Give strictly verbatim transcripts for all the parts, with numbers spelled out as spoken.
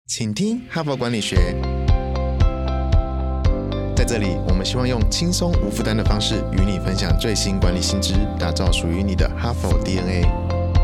请听哈佛管理学。在这里，我们希望用轻松无负担的方式与你分享最新管理新知，打造属于你的哈佛 D N A。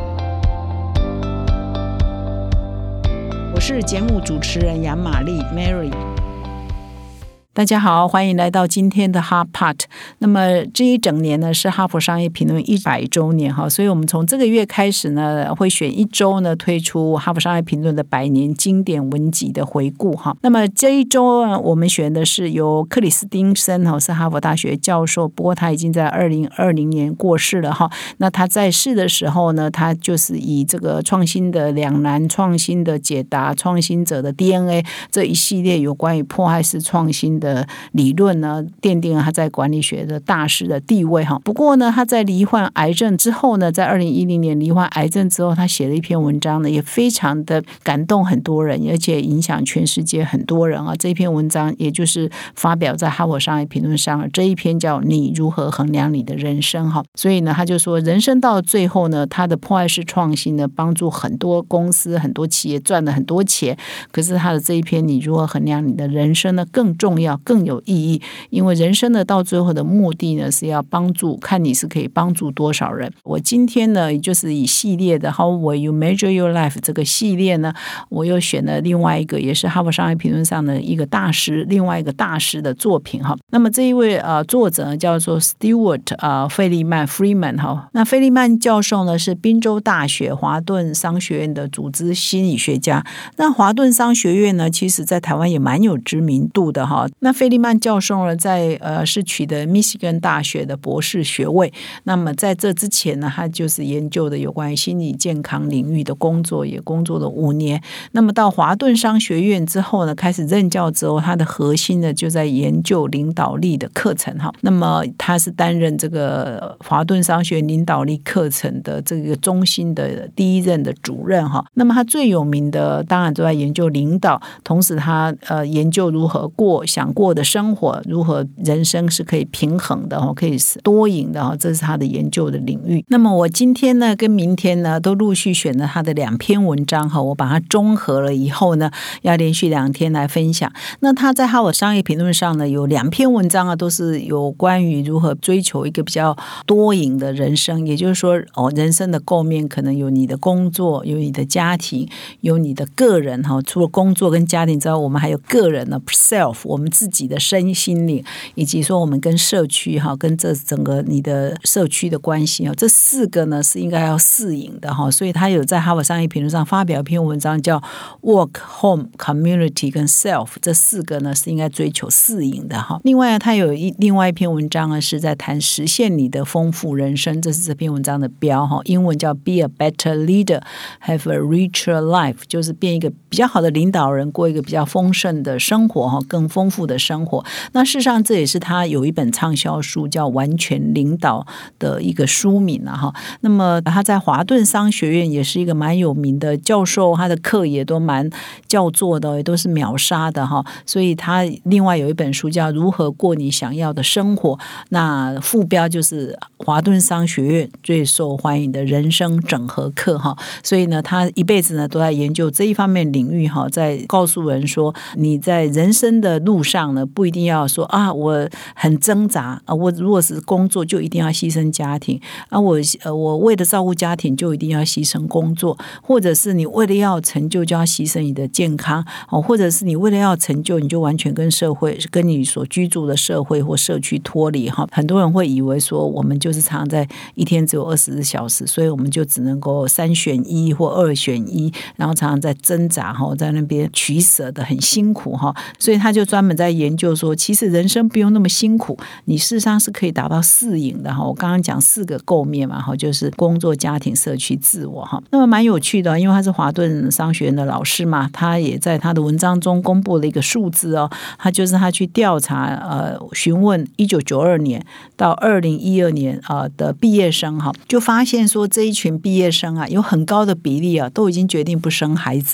我是节目主持人杨玛丽 Mary。大家好，欢迎来到今天的 Hot Pot。 那么这一整年呢是哈佛商业评论一百周年，所以我们从这个月开始呢会选一周呢推出哈佛商业评论的百年经典文集的回顾。那么这一周我们选的是由克里斯汀森，是哈佛大学教授，不过他已经在二零二零年过世了。那他在世的时候呢，他就是以这个创新的两难、创新的解答、创新者的 D N A 这一系列有关于迫害式创新的理论呢，奠定了他在管理学的大师的地位。不过呢，他在罹患癌症之后呢，在二零一零年罹患癌症之后，他写了一篇文章呢，也非常的感动很多人，而且影响全世界很多人啊。这篇文章也就是发表在哈佛商业评论上，这一篇叫你如何衡量你的人生。所以呢，他就说人生到最后呢，他的迫害式创新呢，帮助很多公司很多企业赚了很多钱，可是他的这一篇你如何衡量你的人生呢更重要更有意义，因为人生的到最后的目的呢是要帮助，看你是可以帮助多少人。我今天呢也就是以系列的 How will you measure your life 这个系列呢，我又选了另外一个也是哈佛商业评论上的一个大师，另外一个大师的作品。那么这一位、呃、作者叫做 Stewart、呃、费利曼 Freeman。 那费利曼教授呢是宾州大学华顿商学院的组织心理学家。那华顿商学院呢其实在台湾也蛮有知名度的。那费利曼教授呢在呃是取得密西根大学的博士学位。那么在这之前呢，他就是研究的有关于心理健康领域的工作，也工作了五年。那么到华顿商学院之后呢，开始任教之后，他的核心呢就在研究领导力的课程。那么他是担任这个华顿商学院领导力课程的这个中心的第一任的主任。那么他最有名的当然都在研究领导，同时他呃研究如何过想过的生活，如何人生是可以平衡的，可以多赢的，这是他的研究的领域。那么我今天呢跟明天呢都陆续选了他的两篇文章，我把它综合了以后呢，要连续两天来分享。那他在哈佛商业评论上呢有两篇文章啊，都是有关于如何追求一个比较多赢的人生，也就是说、哦、人生的构面可能有你的工作，有你的家庭，有你的个人。除了工作跟家庭之外，我们还有个人的 self， 我们自己的身心灵，以及说我们跟社区跟这整个你的社区的关系，这四个呢是应该要适应的。所以他有在哈佛商业评论上发表一篇文章叫 Work, Home, Community 跟 Self， 这四个呢是应该追求适应的。另外他有一另外一篇文章呢是在谈实现你的丰富人生，这是这篇文章的标，英文叫 Be a better leader, have a richer life， 就是变一个比较好的领导人，过一个比较丰盛的生活，更丰富的生活。那事实上这也是他有一本畅销书叫完全领导的一个书名。那么他在华顿商学院也是一个蛮有名的教授，他的课也都蛮叫座的，也都是秒杀的。所以他另外有一本书叫如何过你想要的生活，那副标就是华顿商学院最受欢迎的人生整合课。所以呢他一辈子呢都在研究这一方面领域，在告诉人说你在人生的路上呢不一定要说啊我很挣扎啊，我如果是工作就一定要牺牲家庭啊，我呃我为了照顾家庭就一定要牺牲工作，或者是你为了要成就就要牺牲你的健康，或者是你为了要成就你就完全跟社会跟你所居住的社会或社区脱离。很多人会以为说我们就是常常在一天只有二十四小时，所以我们就只能够三选一或二选一，然后常常在挣扎，在那边取舍的很辛苦。所以他就专门在研究说其实人生不用那么辛苦，你事实上是可以达到适应的。我刚刚讲四个构面嘛，就是工作、家庭、社区、自我。那么蛮有趣的，因为他是华顿商学院的老师嘛，他也在他的文章中公布了一个数字哦，他就是他去调查呃询问一九九二年到二零一二年呃的毕业生，就发现说这一群毕业生啊有很高的比例啊都已经决定不生孩子了。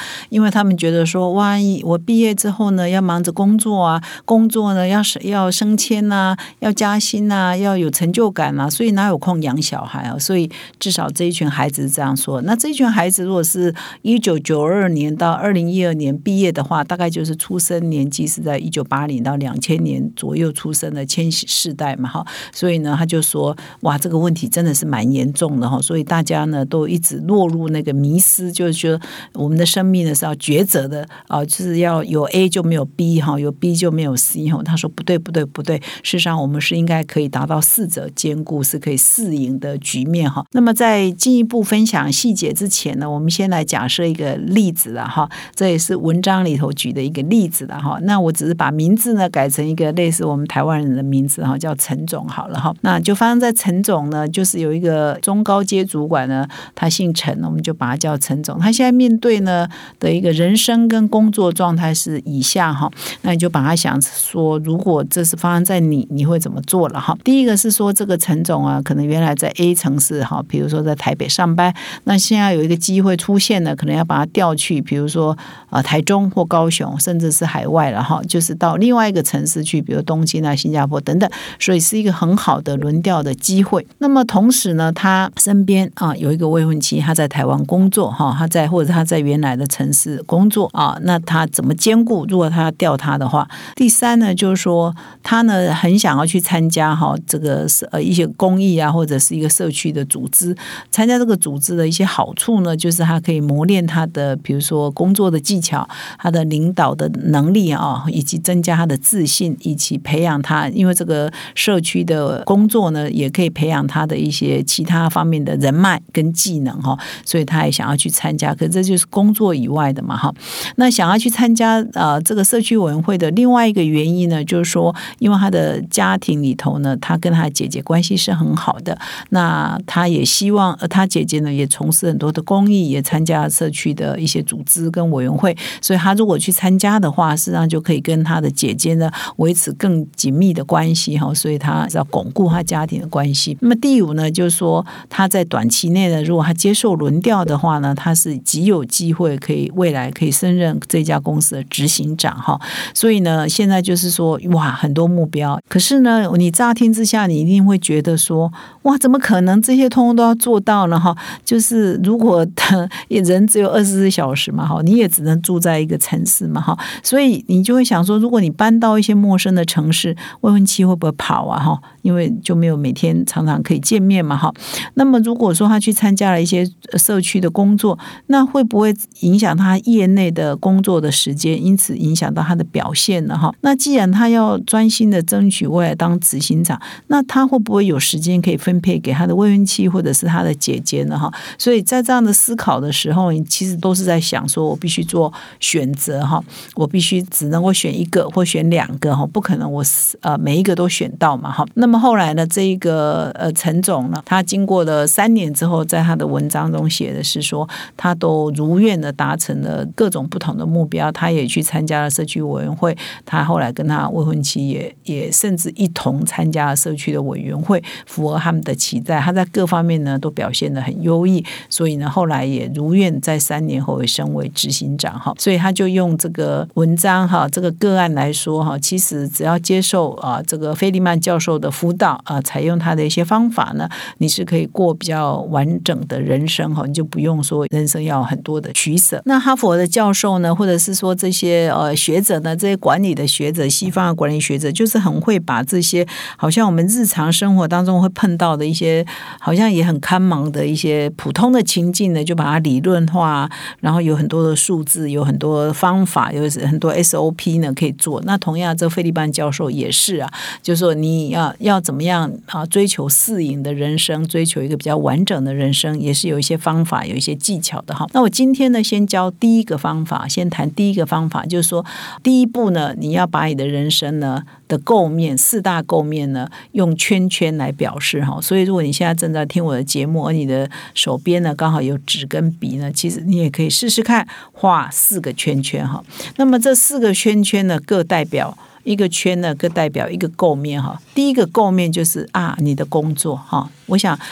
因为他们觉得说，哇，我毕业之后呢，要忙着工作啊，工作呢要要升迁啊，要加薪啊，要有成就感啊，所以哪有空养小孩啊？所以至少这一群孩子是这样说。那这一群孩子如果是一九九二年到二零一二年毕业的话，大概就是出生年纪是在一九八零到两千年左右出生的千禧世代嘛，哈，所以呢，他就说，哇，这个问题真的是蛮严重的哈，所以大家呢都一直落入那个迷思，就是说我们的生命呢是要抉择的啊，就是要有 A 就没有 B 哈，有 B 就没有 C 哈。他说不对不对不对，事实上我们是应该可以达到四者兼顾，是可以适应的局面哈。那么在进一步分享细节之前呢，我们先来假设一个例子了哈，这也是文章里头举的一个例子了哈。那我只是把名字呢改成一个类似我们台湾人的名字哈，叫陈总好了哈。那就发生在陈总呢，就是有一个中高阶主管呢，他姓陈，我们就把他叫陈总。他现在面对呢的一个人生跟工作状态是以下哈，那你就把他想说，如果这是发生在你，你会怎么做了哈？第一个是说，这个陈总啊，可能原来在 A 城市哈，比如说在台北上班，那现在有一个机会出现了，可能要把他调去，比如说呃台中或高雄，甚至是海外了哈，就是到另外一个城市去，比如东京啊、新加坡等等，所以是一个很好的轮调的机会。那么同时呢，他身边啊有一个未婚妻，他在台湾工作哈，他在或者他在原来的城市工作啊，那他怎么兼顾？如果他要调他的话，第三呢，就是说他呢很想要去参加哈这个呃一些公益啊，或者是一个社区的组织，参加这个组织的一些好处呢，就是他可以磨练他的比如说工作的技巧，他的领导的能力啊，以及增加他的自信，以及培养他，因为这个社区的工作呢，也可以培养他的一些其他方面的人脉跟技能哈，所以他也想要去参加。可是这就是工作以外的嘛哈。那想要去参加呃这个社区委员会的另外一个原因呢，就是说，因为他的家庭里头呢，他跟他姐姐关系是很好的，那他也希望呃他姐姐呢也从事很多的公益，也参加社区的一些组织跟委员会，所以他如果去参加的话，事实上就可以跟他的姐姐呢维持更紧密的关系哈，所以他要巩固他家庭的关系。那么第五呢，就是说他在短期内呢，如果他接受轮调的话呢，他是极有机会可以未来可以升任这家公司的执行长哈。所以呢，现在就是说哇，很多目标，可是呢，你乍听之下，你一定会觉得说，哇，怎么可能这些通通都要做到呢哈？就是如果人只有二十四小时嘛哈，你也只能住在一个城市嘛哈，所以你就会想说，如果你搬到一些陌生的城市，未婚妻会不会跑啊哈？因为就没有每天常常可以见面嘛哈。那么如果说他去参加了一些社区的工作，那会不会影响他业内的工作的时间，因此影响到他的表现呢哈？那既然他要专心的争取未来当执行长，那他会不会有时间可以分配给他的未婚妻或者是他的姐姐呢哈？所以在这样的思考的时候，你其实都是在想说，我必须做选择哈，我必须只能够选一个或选两个哈，不可能我呃每一个都选到嘛哈。那么后来呢，这一个呃陈总呢，他经过了三年之后，在他的文章中写的是说，他都如愿的达成了各种不同的目标，他也去参加了社区委员会，他后来跟他未婚妻也也甚至一同参加了社区的委员会，符合他们的期待，他在各方面呢都表现得很优异，所以呢后来也如愿在三年后也升为执行长哈。所以他就用这个文章哈，这个个案来说哈，其实只要接受啊这个费利曼教授的辅导啊，采用他的一些方法呢，你是可以过比较完整的人生哈，你就不用说人生要很多的取舍。那哈佛的教授呢，或者是说这些呃学者呢，这些管理的学者，西方的管理学者，就是很会把这些好像我们日常生活当中会碰到的一些好像也很看忙的一些普通的情境呢，就把它理论化，然后有很多的数字，有很多方法，有很多 S O P 呢可以做。那同样这费利曼教授也是啊，就是说你要要怎么样啊追求适应的人生，追求一个比较完整的人生，也是有一些方法，有一些技巧的哈。那我今天呢，先教第一个方法，先谈第一个方法，就是说第一步呢，你要把你的人生呢的构面，四大构面呢，用圈圈来表示哈。所以如果你现在正在听我的节目，而你的手边呢刚好有纸跟笔呢，其实你也可以试试看画四个圈圈哈。那么这四个圈圈呢，各代表一个圈呢，各代表一个构面哈。第一个构面就是啊，你的工作哈。我想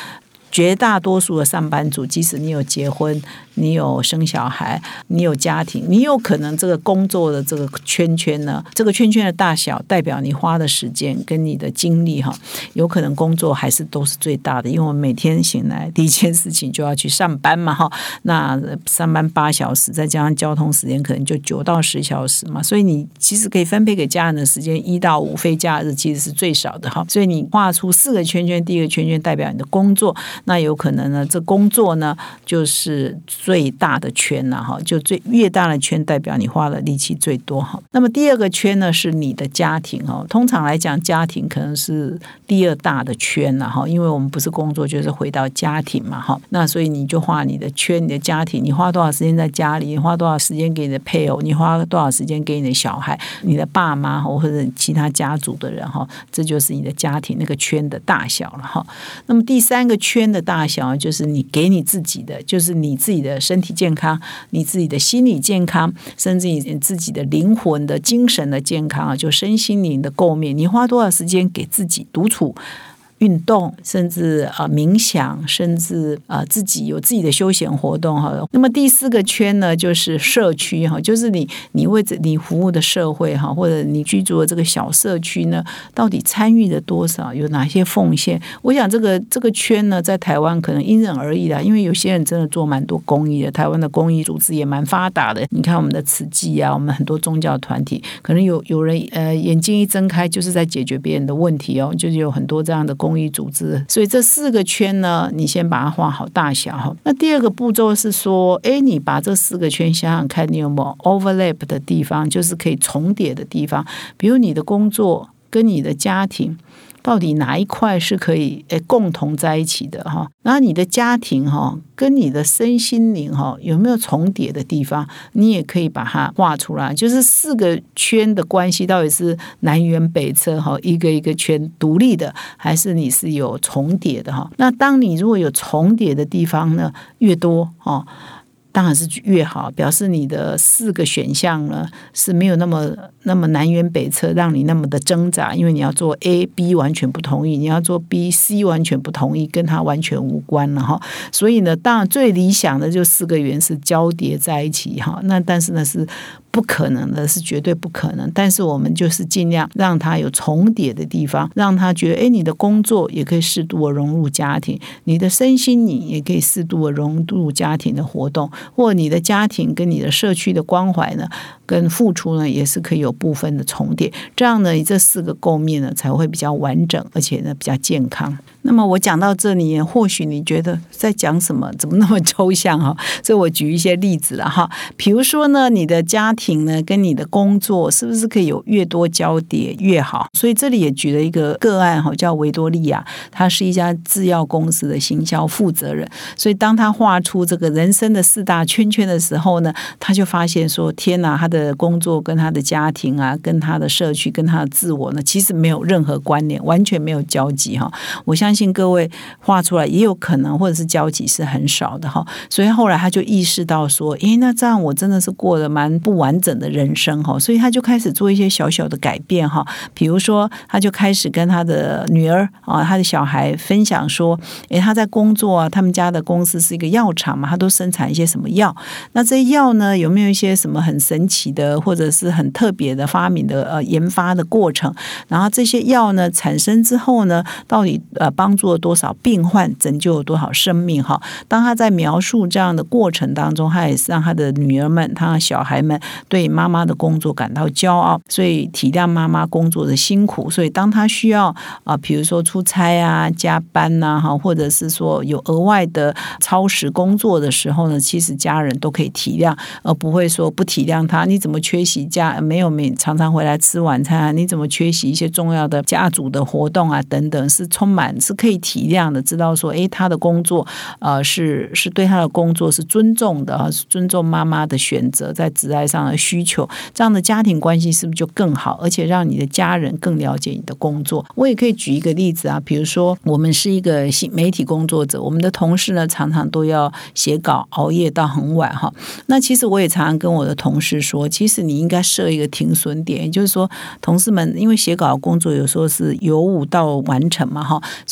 绝大多数的上班族，即使你有结婚，你有生小孩，你有家庭，你有可能这个工作的这个圈圈呢，这个圈圈的大小代表你花的时间跟你的精力哈，有可能工作还是都是最大的，因为我们每天醒来第一件事情就要去上班嘛哈，那上班八小时，再加上交通时间可能就九到十小时嘛，所以你其实可以分配给家人的时间一到五，非假日其实是最少的哈，所以你画出四个圈圈，第一个圈圈代表你的工作，那有可能呢，这工作呢就是最大的圈了哈，就最越大的圈代表你花的力气最多哈。那么第二个圈呢是你的家庭哈，通常来讲家庭可能是第二大的圈了哈，因为我们不是工作就是回到家庭嘛哈，那所以你就画你的圈，你的家庭，你花多少时间在家里，你花多少时间给你的配偶，你花多少时间给你的小孩，你的爸妈或者其他家族的人哈，这就是你的家庭那个圈的大小了哈。那么第三个圈的大小就是你给你自己的，就是你自己的身体健康，你自己的心理健康，甚至你自己的灵魂的精神的健康啊，就身心灵的构面，你花多少时间给自己独处运动，甚至呃冥想，甚至呃自己有自己的休闲活动哈。那么第四个圈呢，就是社区哈，就是你你为你服务的社会哈，或者你居住的这个小社区呢，到底参与了多少，有哪些奉献？我想这个这个圈呢，在台湾可能因人而异啦，因为有些人真的做蛮多公益的，台湾的公益组织也蛮发达的。你看我们的慈济啊，我们很多宗教团体，可能有有人呃眼睛一睁开就是在解决别人的问题哦，就是有很多这样的公益公益组织，所以这四个圈呢，你先把它画好大小。那第二个步骤是说，哎，你把这四个圈想想看，你有没有 overlap 的地方，就是可以重叠的地方，比如你的工作跟你的家庭。到底哪一块是可以诶共同在一起的哈？然后你的家庭哈跟你的身心灵哈有没有重叠的地方？你也可以把它画出来，就是四个圈的关系到底是南辕北辙哈，一个一个圈独立的，还是你是有重叠的哈？那当你如果有重叠的地方呢，越多哈。当然是越好，表示你的四个选项呢是没有那么那么南辕北辙，让你那么的挣扎，因为你要做 A、B 完全不同意，你要做 B、C 完全不同意，跟它完全无关了哈。所以呢，当然最理想的就四个圆是交叠在一起哈，那但是呢是不可能的，是绝对不可能。但是我们就是尽量让它有重叠的地方，让他觉得，哎，你的工作也可以适度的融入家庭，你的身心你也可以适度的融入家庭的活动。或你的家庭跟你的社区的关怀呢，跟付出呢，也是可以有部分的重叠。这样呢，你这四个构面呢，才会比较完整，而且呢，比较健康。那么我讲到这里，或许你觉得在讲什么，怎么那么抽象哈？所以我举一些例子了哈。比如说呢，你的家庭呢，跟你的工作是不是可以有越多交叠越好？所以这里也举了一个个案哈，叫维多利亚，他是一家制药公司的行销负责人。所以当他画出这个人生的四大圈圈的时候呢，他就发现说，天哪，他的工作跟他的家庭啊，跟他的社区，跟他的自我呢，其实没有任何关联，完全没有交集哈。我相信各位画出来也有可能，或者是交集是很少的哈。所以后来他就意识到说，诶，那这样我真的是过得蛮不完整的人生哈。所以他就开始做一些小小的改变哈，比如说他就开始跟他的女儿啊，他的小孩分享说，诶，他在工作啊，他们家的公司是一个药厂嘛，他都生产一些什么药，那这些药呢，有没有一些什么很神奇的或者是很特别的发明的呃研发的过程，然后这些药呢产生之后呢，到底呃帮助了多少病患，拯救了多少生命哈。当他在描述这样的过程当中，他也是让他的女儿们，他的小孩们对妈妈的工作感到骄傲，所以体谅妈妈工作的辛苦。所以当他需要啊、呃，比如说出差啊、加班呐、啊、哈，或者是说有额外的超时工作的时候呢，其实家人都可以体谅，而不会说不体谅他。你怎么缺席家没有没常常回来吃晚餐啊？你怎么缺席一些重要的家族的活动啊？等等，是充满是可以体谅的，知道说，哎，他的工作呃是是对他的工作是尊重的，是尊重妈妈的选择，在职业上的需求，这样的家庭关系是不是就更好？而且让你的家人更了解你的工作。我也可以举一个例子啊，比如说我们是一个媒体工作者，我们的同事呢常常都要写稿，熬夜到很晚哈。那其实我也常常跟我的同事说，其实你应该设一个停损点，也就是说，同事们因为写稿的工作有时候是由无到完成嘛哈，所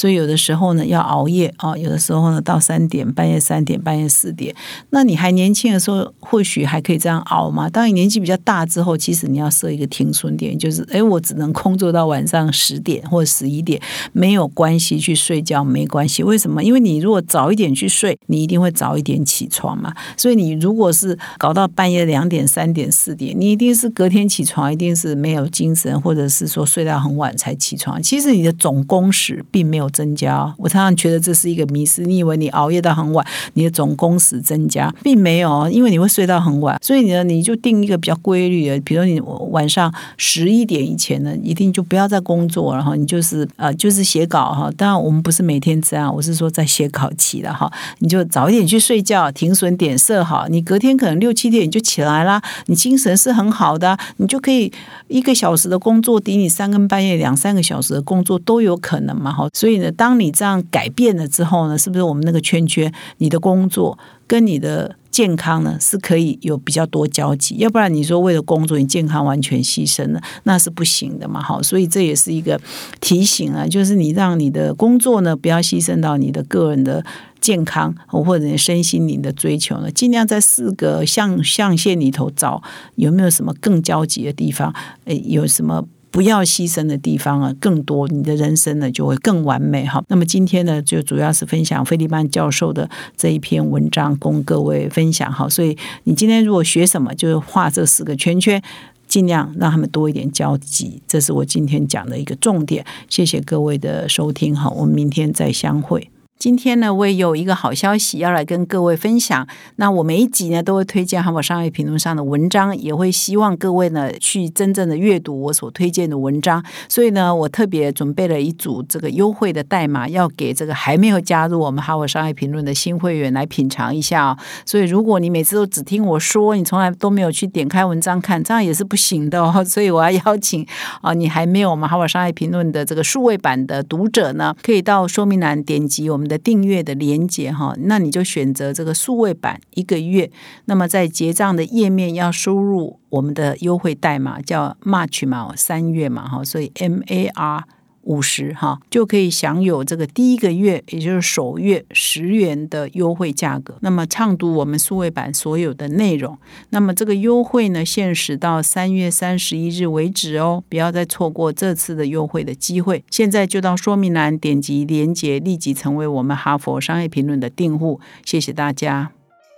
所以有的时候呢要熬夜啊，有的时候呢到三点，半夜三点，半夜四点。那你还年轻的时候，或许还可以这样熬嘛。当你年纪比较大之后，其实你要设一个停损点，就是哎，我只能工作到晚上十点或者十一点，没有关系，去睡觉没关系。为什么？因为你如果早一点去睡，你一定会早一点起床嘛。所以你如果是搞到半夜两点、三点、四点，你一定是隔天起床一定是没有精神，或者是说睡到很晚才起床。其实你的总工时并没有增加，我常常觉得这是一个迷思。你以为你熬夜到很晚，你的总工时增加，并没有，因为你会睡到很晚。所以呢，你就定一个比较规律的，比如你晚上十一点以前呢，一定就不要再工作了哈，你就是呃就是写稿哈。当然我们不是每天这样，我是说在写稿期了哈，你就早一点去睡觉，停损点设好，你隔天可能六七点你就起来啦，你精神是很好的，你就可以一个小时的工作抵你三更半夜两三个小时的工作都有可能嘛哈。所以呢，当你这样改变了之后呢，是不是我们那个圈圈，你的工作跟你的健康呢是可以有比较多交集，要不然你说为了工作你健康完全牺牲了，那是不行的嘛。好，所以这也是一个提醒啊，就是你让你的工作呢不要牺牲到你的个人的健康或者你身心灵的追求呢，尽量在四个象象限里头找有没有什么更交集的地方，有什么不要牺牲的地方啊，更多，你的人生呢就会更完美哈。那么今天呢，就主要是分享菲利曼教授的这一篇文章，供各位分享哈。所以你今天如果学什么，就是画这四个圈圈，尽量让他们多一点交集，这是我今天讲的一个重点。谢谢各位的收听哈，我们明天再相会。今天呢，我也有一个好消息要来跟各位分享。那我每一集呢，都会推荐哈佛商业评论上的文章，也会希望各位呢去真正的阅读我所推荐的文章。所以呢，我特别准备了一组这个优惠的代码，要给这个还没有加入我们哈佛商业评论的新会员来品尝一下哦。所以如果你每次都只听我说，你从来都没有去点开文章看，这样也是不行的哦。所以我要邀请啊，你还没有我们哈佛商业评论的这个数位版的读者呢，可以到说明栏点击我们的订阅的连结哈，那你就选择这个数位版一个月，那么在结账的页面要输入我们的优惠代码叫 March 嘛，三月嘛哈，所以 M A R五十哈，就可以享有这个第一个月，也就是首月十元的优惠价格。那么畅读我们数位版所有的内容。那么这个优惠呢，限时到三月三十一日为止哦，不要再错过这次的优惠的机会。现在就到说明栏点击连结，立即成为我们哈佛商业评论的订户。谢谢大家。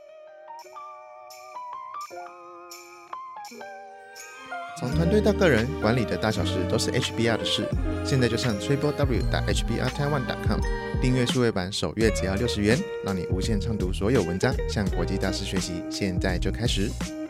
从团队到个人，管理的大小事都是 H B R 的事。现在就上 triple w 点 h b r taiwan 点 com 订阅数位版，首月只要六十元，让你无限畅读所有文章，向国际大师学习。现在就开始。